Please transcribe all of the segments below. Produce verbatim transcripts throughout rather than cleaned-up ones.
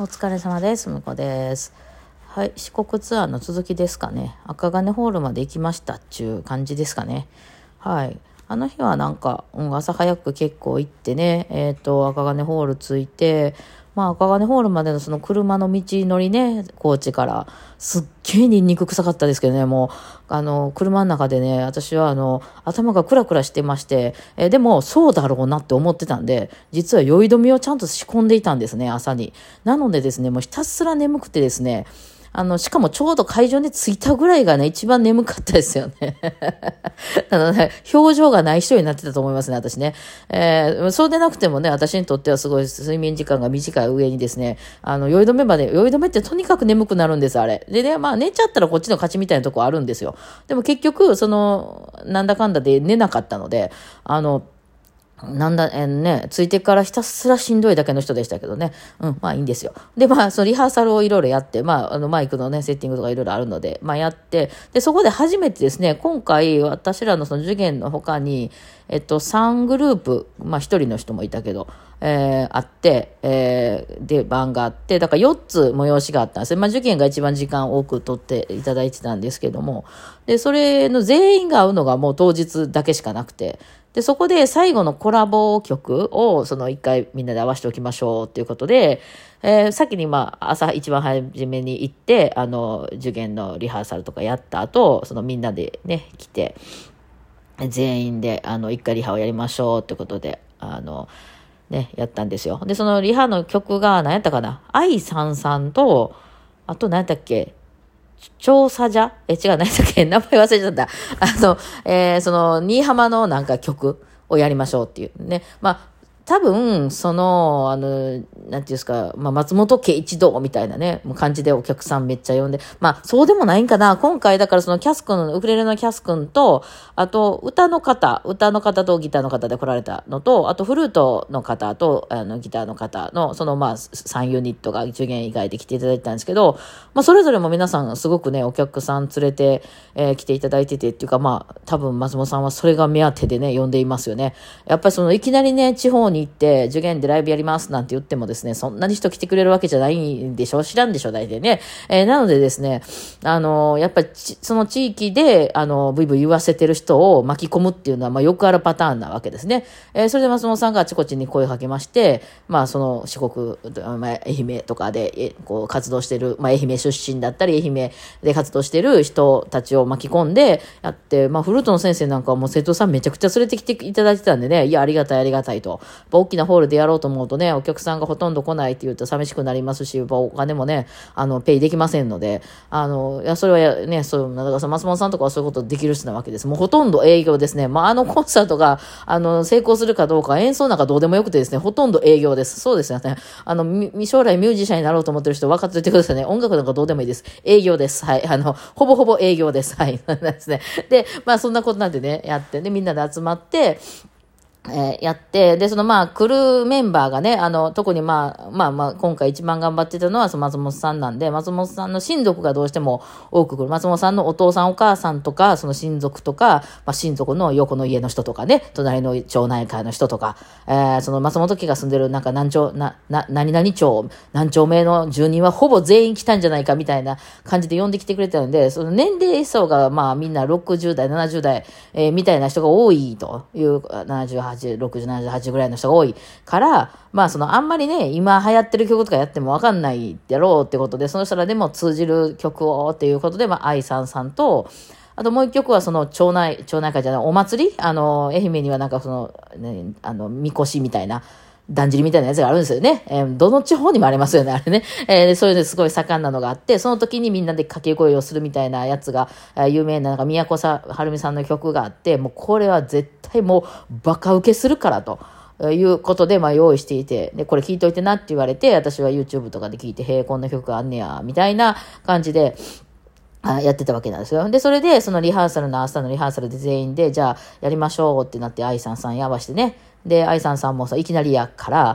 お疲れ様です。むこです。はい、四国ツアーの続きですかね。赤金ホールまで行きましたっていう感じですかね。はい。あの日はなんか、うん、朝早く結構行ってね、えっと、赤金ホール着いて、まあ赤金ホールまでのその車の道のりね、高知から、すっげえニンニク臭かったですけどね、もう、あの、車の中でね、私はあの、頭がクラクラしてまして、えーでも、そうだろうなって思ってたんで、実は酔い止めをちゃんと仕込んでいたんですね、朝に。なのでですね、もうひたすら眠くてですね、あの、しかもちょうど会場に着いたぐらいがね、一番眠かったですよね。あのね、表情がない人になってたと思いますね、私ね。えー、そうでなくてもね、私にとってはすごい睡眠時間が短い上にですね、あの、酔い止めまで、酔い止めってとにかく眠くなるんです、あれ。でね、まあ寝ちゃったらこっちの勝ちみたいなとこあるんですよ。でも結局、その、なんだかんだで寝なかったので、あの、なんだ、えー、ね、ついてからひたすらしんどいだけの人でしたけどね。うん、まあいいんですよ。で、まあ、そのリハーサルをいろいろやって、まあ、あの、マイクのね、セッティングとかいろいろあるので、まあやって、で、そこで初めてですね、今回、私らのその受験の他に、えっと、さんグループ、まあひとりの人もいたけど、えー、あって、えー、で、番があって、だからよっつ催しがあったんです。まあ受験が一番時間多く取っていただいてたんですけども、で、それの全員が会うのがもう当日だけしかなくて、で、そこで最後のコラボ曲を、その一回みんなで合わせておきましょうっていうことで、えー、先にまあ、朝一番初めに行って、あの、受験のリハーサルとかやった後、そのみんなでね、来て、全員で、あの、一回リハをやりましょうってことで、あの、ね、やったんですよ。で、そのリハの曲が何やったかな、愛さんさんと、あと何やったっけ、調査じゃえ、違う、何だっけ名前忘れちゃった。あの、えー、その、新居浜のなんか曲をやりましょうっていうね。まあ、多分、その、あの、なんていうんですか、まあ、松本家一同みたいなね、もう感じでお客さんめっちゃ呼んで、まあ、そうでもないんかな。今回、だからそのキャス君、ウクレレのキャス君と、あと、歌の方、歌の方とギターの方で来られたのと、あと、フルートの方と、あの、ギターの方の、その、まあ、さんユニットが受験以外で来ていただいてたんですけど、まあ、それぞれも皆さん、すごくね、お客さん連れて、えー、来ていただいててっていうか、まあ、多分、松本さんはそれが目当てでね、呼んでいますよね。やっぱりその、いきなりね、地方に行って受験でライブやりますなんて言ってもですね、そんなに人来てくれるわけじゃないんでしょ、知らんでしょ、大体ね。えー、なのでですね、あのー、やっぱりその地域で、あのー、ブイブイ言わせてる人を巻き込むっていうのは、まあよくあるパターンなわけですね。えー、それで松本さんがあちこちに声をかけまして、まあその四国、まあ、愛媛とかで、えこう活動してる、まあ愛媛出身だったり、愛媛で活動してる人たちを巻き込んでやって、まあフルートの先生なんかはもう生徒さんめちゃくちゃ連れてきていただいてたんでね、いや、ありがたいありがたいと。大きなホールでやろうと思うとね、お客さんがほとんど来ないって言うと寂しくなりますし、お金もね、あの、ペイできませんので、あの、いや、それはね、そう、だから松本さんとかはそういうことできる人なわけです。もうほとんど営業ですね。まあ、あのコンサートが、あの、成功するかどうか、演奏なんかどうでもよくてですね、ほとんど営業です。そうですよね。あの、将来ミュージシャンになろうと思ってる人分かっておいてくださいね。音楽なんかどうでもいいです。営業です。はい。あの、ほぼほぼ営業です。はい。ですね。で、まあ、そんなことなんでね、やって、で、みんなで集まって、えー、やって、で、そのまあ、来るメンバーがね、あの、特にまあ、まあまあ、今回一番頑張ってたのは、その松本さんなんで、松本さんの親族がどうしても多く来る。松本さんのお父さんお母さんとか、その親族とか、まあ、親族の横の家の人とかね、隣の町内会の人とか、えー、その松本家が住んでる、なんか何町、な、な、何々町、何町目の住人はほぼ全員来たんじゃないかみたいな感じで呼んできてくれたので、その年齢層がまあみんなろくじゅう代、ななじゅう代、えー、みたいな人が多いという、ななじゅうはち、ろくじゅう、ななじゅうはちぐらいの人が多いから、まあそのあんまりね、今流行ってる曲とかやってもわかんないだろうってことで、その人らでも通じる曲をっていうことで、まあ愛さんさんと、あともう一曲はその町内、町内会じゃない、お祭りあの、愛媛にはなんかその、ね、あの、みこしみたいな、だんじりみたいなやつがあるんですよね。えー、どの地方にもありますよね、あれね。えー、そういうのすごい盛んなのがあって、その時にみんなで掛け声をするみたいなやつが、えー、有名な、なんか、宮古さはるみさんの曲があって、もうこれは絶対もうバカ受けするからと。いうことで、まあ、用意していて、で、これ聞いといてなって言われて、私は YouTube とかで聞いて、へえ、こんな曲があんねや、みたいな感じで、あやってたわけなんですよ。で、それで、そのリハーサルの朝のリハーサルで全員で、じゃあ、やりましょうってなって、愛さんさんに合わせてね。で、愛さんさんもさ、いきなりやから、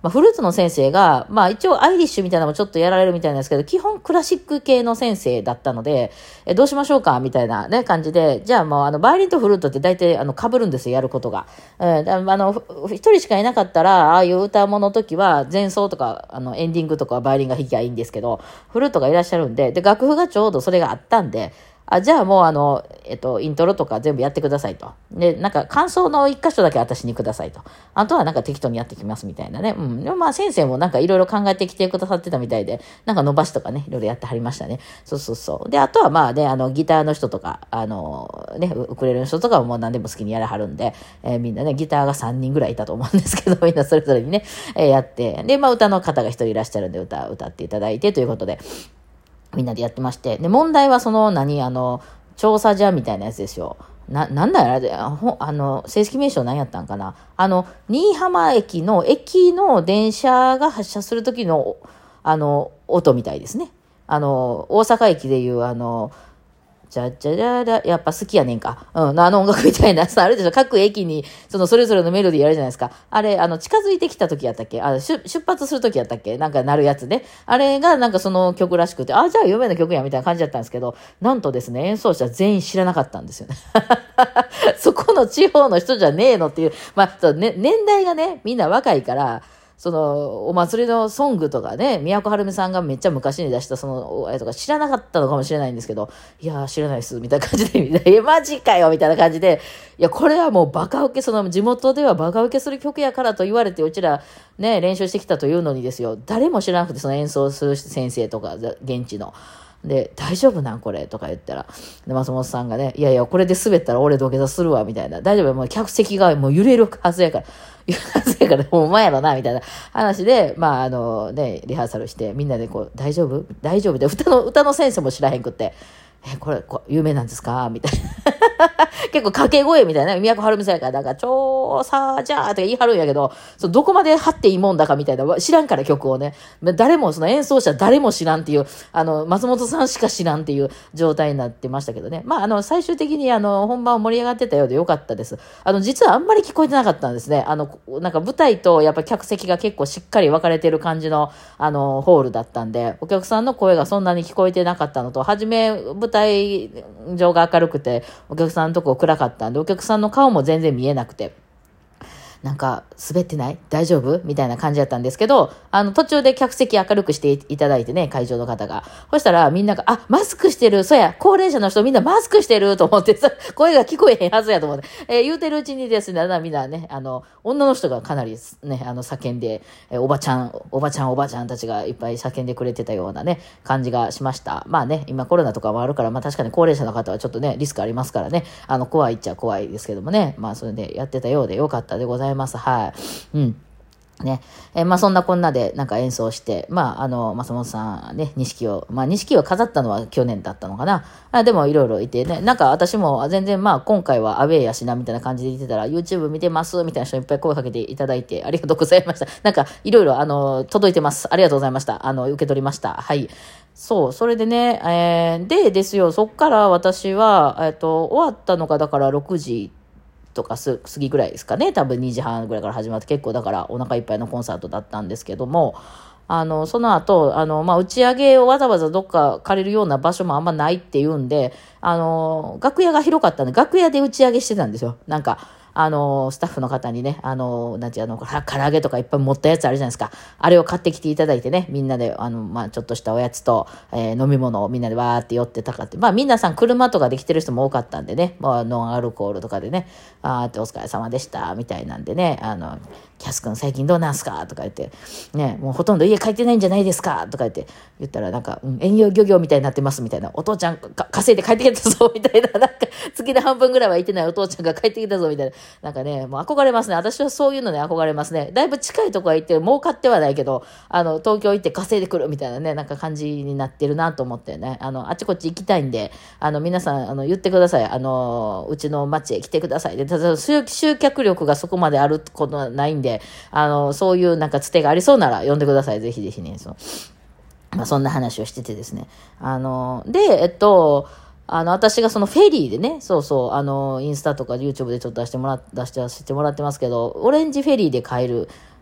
まあ、フルーツの先生が、まあ一応アイリッシュみたいなのもちょっとやられるみたいなんですけど、基本クラシック系の先生だったので、えどうしましょうかみたいなね、感じで、じゃあもうあの、バイオリンとフルートって大体あの、被るんですよ、やることが。えー、あの、一人しかいなかったら、ああいう歌物の時は、前奏とか、あの、エンディングとかはバイオリンが弾きゃいいんですけど、フルートがいらっしゃるんで、で、楽譜がちょうどそれがあったんで、あ、じゃあもうあの、えっと、イントロとか全部やってくださいと。で、なんか感想の一箇所だけ私にくださいと。あとはなんか適当にやってきますみたいなね。うん。でもまあ先生もなんかいろいろ考えてきてくださってたみたいで、なんか伸ばしとかね、いろいろやってはりましたね。そうそうそう。で、あとはまあね、あの、ギターの人とか、あの、ね、ウクレレの人とかももう何でも好きにやらはるんで、えー、みんなね、ギターがさんにんぐらいいたと思うんですけど、みんなそれぞれにね、えー、やって、で、まあ歌の方がひとりいらっしゃるんで、歌、歌っていただいてということで、みんなでやってまして、で、問題はその、何、あの、調査じゃみたいなやつですよ。な、なんだよ、あれ、あの、正式名称何やったんかな。あの、新居浜駅の、駅の電車が発車するときの、あの、音みたいですね。あの、大阪駅でいう、あの、じゃじゃじゃら、やっぱ好きやねんか。うん、あの音楽みたいなさ、あるでしょ。各駅に、そのそれぞれのメロディーやるじゃないですか。あれ、あの、近づいてきた時やったっけあ出、出発する時やったっけなんか鳴るやつね。あれがなんかその曲らしくて、あ、じゃあ有名な曲やみたいな感じだったんですけど、なんとですね、演奏者全員知らなかったんですよね。そこの地方の人じゃねえのっていう、まあ、ね、年代がね、みんな若いから、その、お祭りのソングとかね、都はるみさんがめっちゃ昔に出したその、あれとか知らなかったのかもしれないんですけど、いやー知らないです、みたいな感じで、みたいな、え、マジかよ、みたいな感じで、いや、これはもうバカ受け、その地元ではバカ受けする曲やからと言われて、うちらね、練習してきたというのにですよ、誰も知らなくて、その演奏する先生とか、現地の。で、大丈夫なんこれとか言ったら、で、松本さんがね、いやいや、これで滑ったら俺土下座するわ、みたいな。大丈夫もう客席がもう揺れるはずやから、揺れるはずやから、もうお前やろな、みたいな話で、まあ、あのね、リハーサルして、みんなでこう、大丈夫大丈夫で、歌の、歌の先生も知らへんくって、え、これ、こ有名なんですかみたいな。結構掛け声みたいな、都はるみさんやから、なんか、調査じゃーとか言い張るんやけど、そのどこまで張っていいもんだかみたいな、知らんから曲をね、誰も、その演奏者誰も知らんっていう、あの、松本さんしか知らんっていう状態になってましたけどね。まあ、あの、最終的にあの、本番盛り上がってたようでよかったです。あの、実はあんまり聞こえてなかったんですね。あの、なんか舞台とやっぱ客席が結構しっかり分かれてる感じの、あの、ホールだったんで、お客さんの声がそんなに聞こえてなかったのと、はじめ舞台上が明るくて、お客さんのとこ暗かったんで、お客さんの顔も全然見えなくて、なんか、滑ってない大丈夫みたいな感じだったんですけど、あの、途中で客席明るくしていただいてね、会場の方が。そしたら、みんなが、あ、マスクしてる、そうや、高齢者の人みんなマスクしてると思って、声が聞こえへんはずやと思って、えー、言うてるうちにですね、みんなね、あの、女の人がかなりね、あの、叫んで、えー、おばちゃん、おばちゃん、おばちゃんたちがいっぱい叫んでくれてたようなね、感じがしました。まあね、今コロナとかもあるから、まあ確かに高齢者の方はちょっとね、リスクありますからね、あの、怖いっちゃ怖いですけどもね、まあそれでやってたようでよかったでございます。はい。うん。ね。えー、まあそんなこんなでなんか演奏して、まああの、松本さんね、錦を、まあ錦を飾ったのは去年だったのかな。あでもいろいろいてね、なんか私も全然まあ今回はアウェーやしなみたいな感じで言ってたら、YouTube 見てますみたいな人いっぱい声かけていただいてありがとうございました。なんかいろいろあの、届いてます。ありがとうございました。あの、受け取りました。はい。そう、それでね、えー、でですよ、そっから私は、えっと、終わったのがだからろくじとか過ぎぐらいですかね。多分にじはんぐらいから始まって結構だからお腹いっぱいのコンサートだったんですけども、あの、その後、あの、まあ、打ち上げをわざわざどっか借りるような場所もあんまないっていうんで、あの、楽屋が広かったんで、楽屋で打ち上げしてたんですよ。なんか、あの、スタッフの方にね、あの、なんていうの、唐揚げとかいっぱい持ったやつあるじゃないですか。あれを買ってきていただいてね、みんなで、あの、まあ、ちょっとしたおやつと、えー、飲み物をみんなでわーって寄ってたかって、まあ、皆さん車とかで来てる人も多かったんでね、まあ、ノンアルコールとかでね、あーってお疲れ様でした、みたいなんでね、あの、キャス君最近どうなんすかとか言って、ね、もうほとんど家帰ってないんじゃないですかとか言って、言ったらなんか、うん、遠洋漁業みたいになってますみたいな、お父ちゃんか稼いで帰ってきたぞみたいな、なんか、月で半分ぐらいは行ってないお父ちゃんが帰ってきたぞみたいな、なんかね、もう憧れますね。私はそういうのね、憧れますね。だいぶ近いとこは行って、儲かってはないけど、あの、東京行って稼いでくるみたいなね、なんか感じになってるなと思ってね、あの、あちこち行きたいんで、あの、皆さん、あの、言ってください。あの、うちの町へ来てください。で、ただ、集客力がそこまであることはないんで、あの、そういうなんかつてがありそうなら呼んでください。ぜひぜひね。そう。まあ、そんな話をしててですね。あの、で、えっと、あの、私がそのフェリーでね、そうそう、あの、インスタとか YouTube でちょっと出してもら、出してせてもらってますけど、オレンジフェリーで帰る、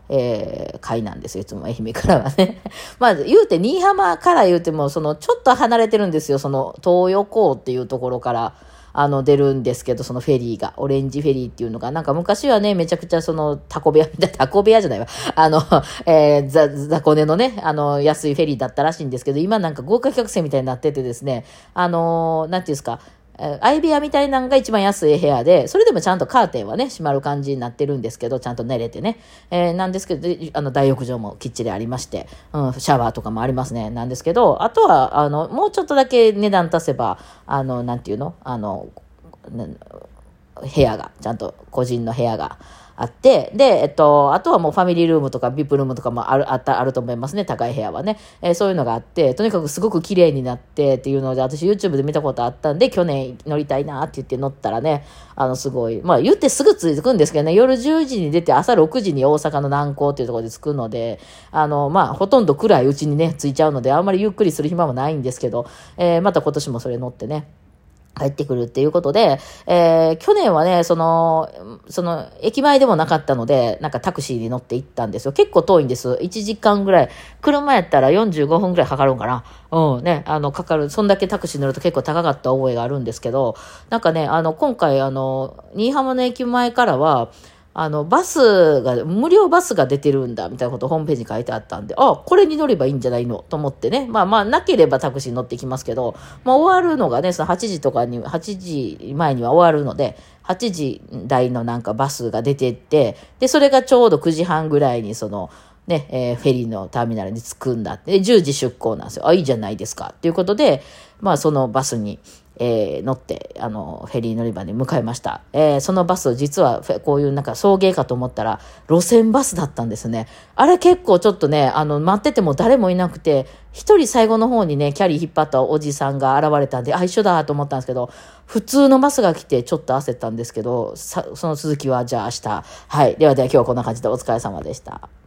えー、会なんですよ。いつも愛媛からはね。まあ、言うて、新居浜から言うても、その、ちょっと離れてるんですよ。その、東横っていうところから。あの、出るんですけど、そのフェリーが、オレンジフェリーっていうのが、なんか昔はね、めちゃくちゃその、タコ部屋、タコ部屋じゃないわ。あの、えー、ザ、ザコネのね、あの、安いフェリーだったらしいんですけど、今なんか豪華客船みたいになっててですね、あの、なんていうんですか、相部屋みたいなのが一番安い部屋で、それでもちゃんとカーテンはね、閉まる感じになってるんですけど、ちゃんと寝れてね。えー、なんですけど、あの、大浴場もきっちりありまして、うん、シャワーとかもありますね。なんですけど、あとは、あの、もうちょっとだけ値段足せば、あの、なんていうのあの、部屋が、ちゃんと個人の部屋があって、で、えっと、あとはもうファミリールームとかビップルームとかもある、あった、あると思いますね。高い部屋はね。えーそういうのがあって、とにかくすごく綺麗になってっていうので、私 YouTube で見たことあったんで、去年乗りたいなって言って乗ったらね、あの、すごい、まあ言ってすぐ着くんですけどね、夜じゅうじに出て朝ろくじに大阪の南港っていうところで着くので、あの、まあほとんど暗いうちにね、着いちゃうので、あんまりゆっくりする暇もないんですけど、えーまた今年もそれ乗ってね、帰ってくるっていうことで、えー、去年はね、その、その、駅前でもなかったので、なんかタクシーに乗って行ったんですよ。結構遠いんです。いちじかんぐらい。車やったらよんじゅうごふんぐらいかかるんかな。うんね、あの、かかる。そんだけタクシー乗ると結構高かった覚えがあるんですけど、なんかね、あの、今回、あの、新居浜の駅前からは、あの、バスが、無料バスが出てるんだ、みたいなことをホームページに書いてあったんで、あ、これに乗ればいいんじゃないのと思ってね。まあまあ、なければタクシーに乗ってきますけど、まあ終わるのがね、そのはちじとかに、はちじまえには終わるので、はちじ台のなんかバスが出てって、で、それがちょうどくじはんぐらいにその、ね、えーフェリーのターミナルに着くんだって、でじゅうじ出港なんですよ。あ、いいじゃないですか。ということで、まあそのバスに、えー乗って、あの、フェリー乗り場に向かいました。えーそのバス、実は、フェこういうなんか送迎かと思ったら、路線バスだったんですね。あれ結構ちょっとね、あの、待ってても誰もいなくて、一人最後の方にね、キャリー引っ張ったおじさんが現れたんで、あ、一緒だと思ったんですけど、普通のバスが来てちょっと焦ったんですけど、さその続きはじゃあ明日。はい。ではでは今日はこんな感じでお疲れ様でした。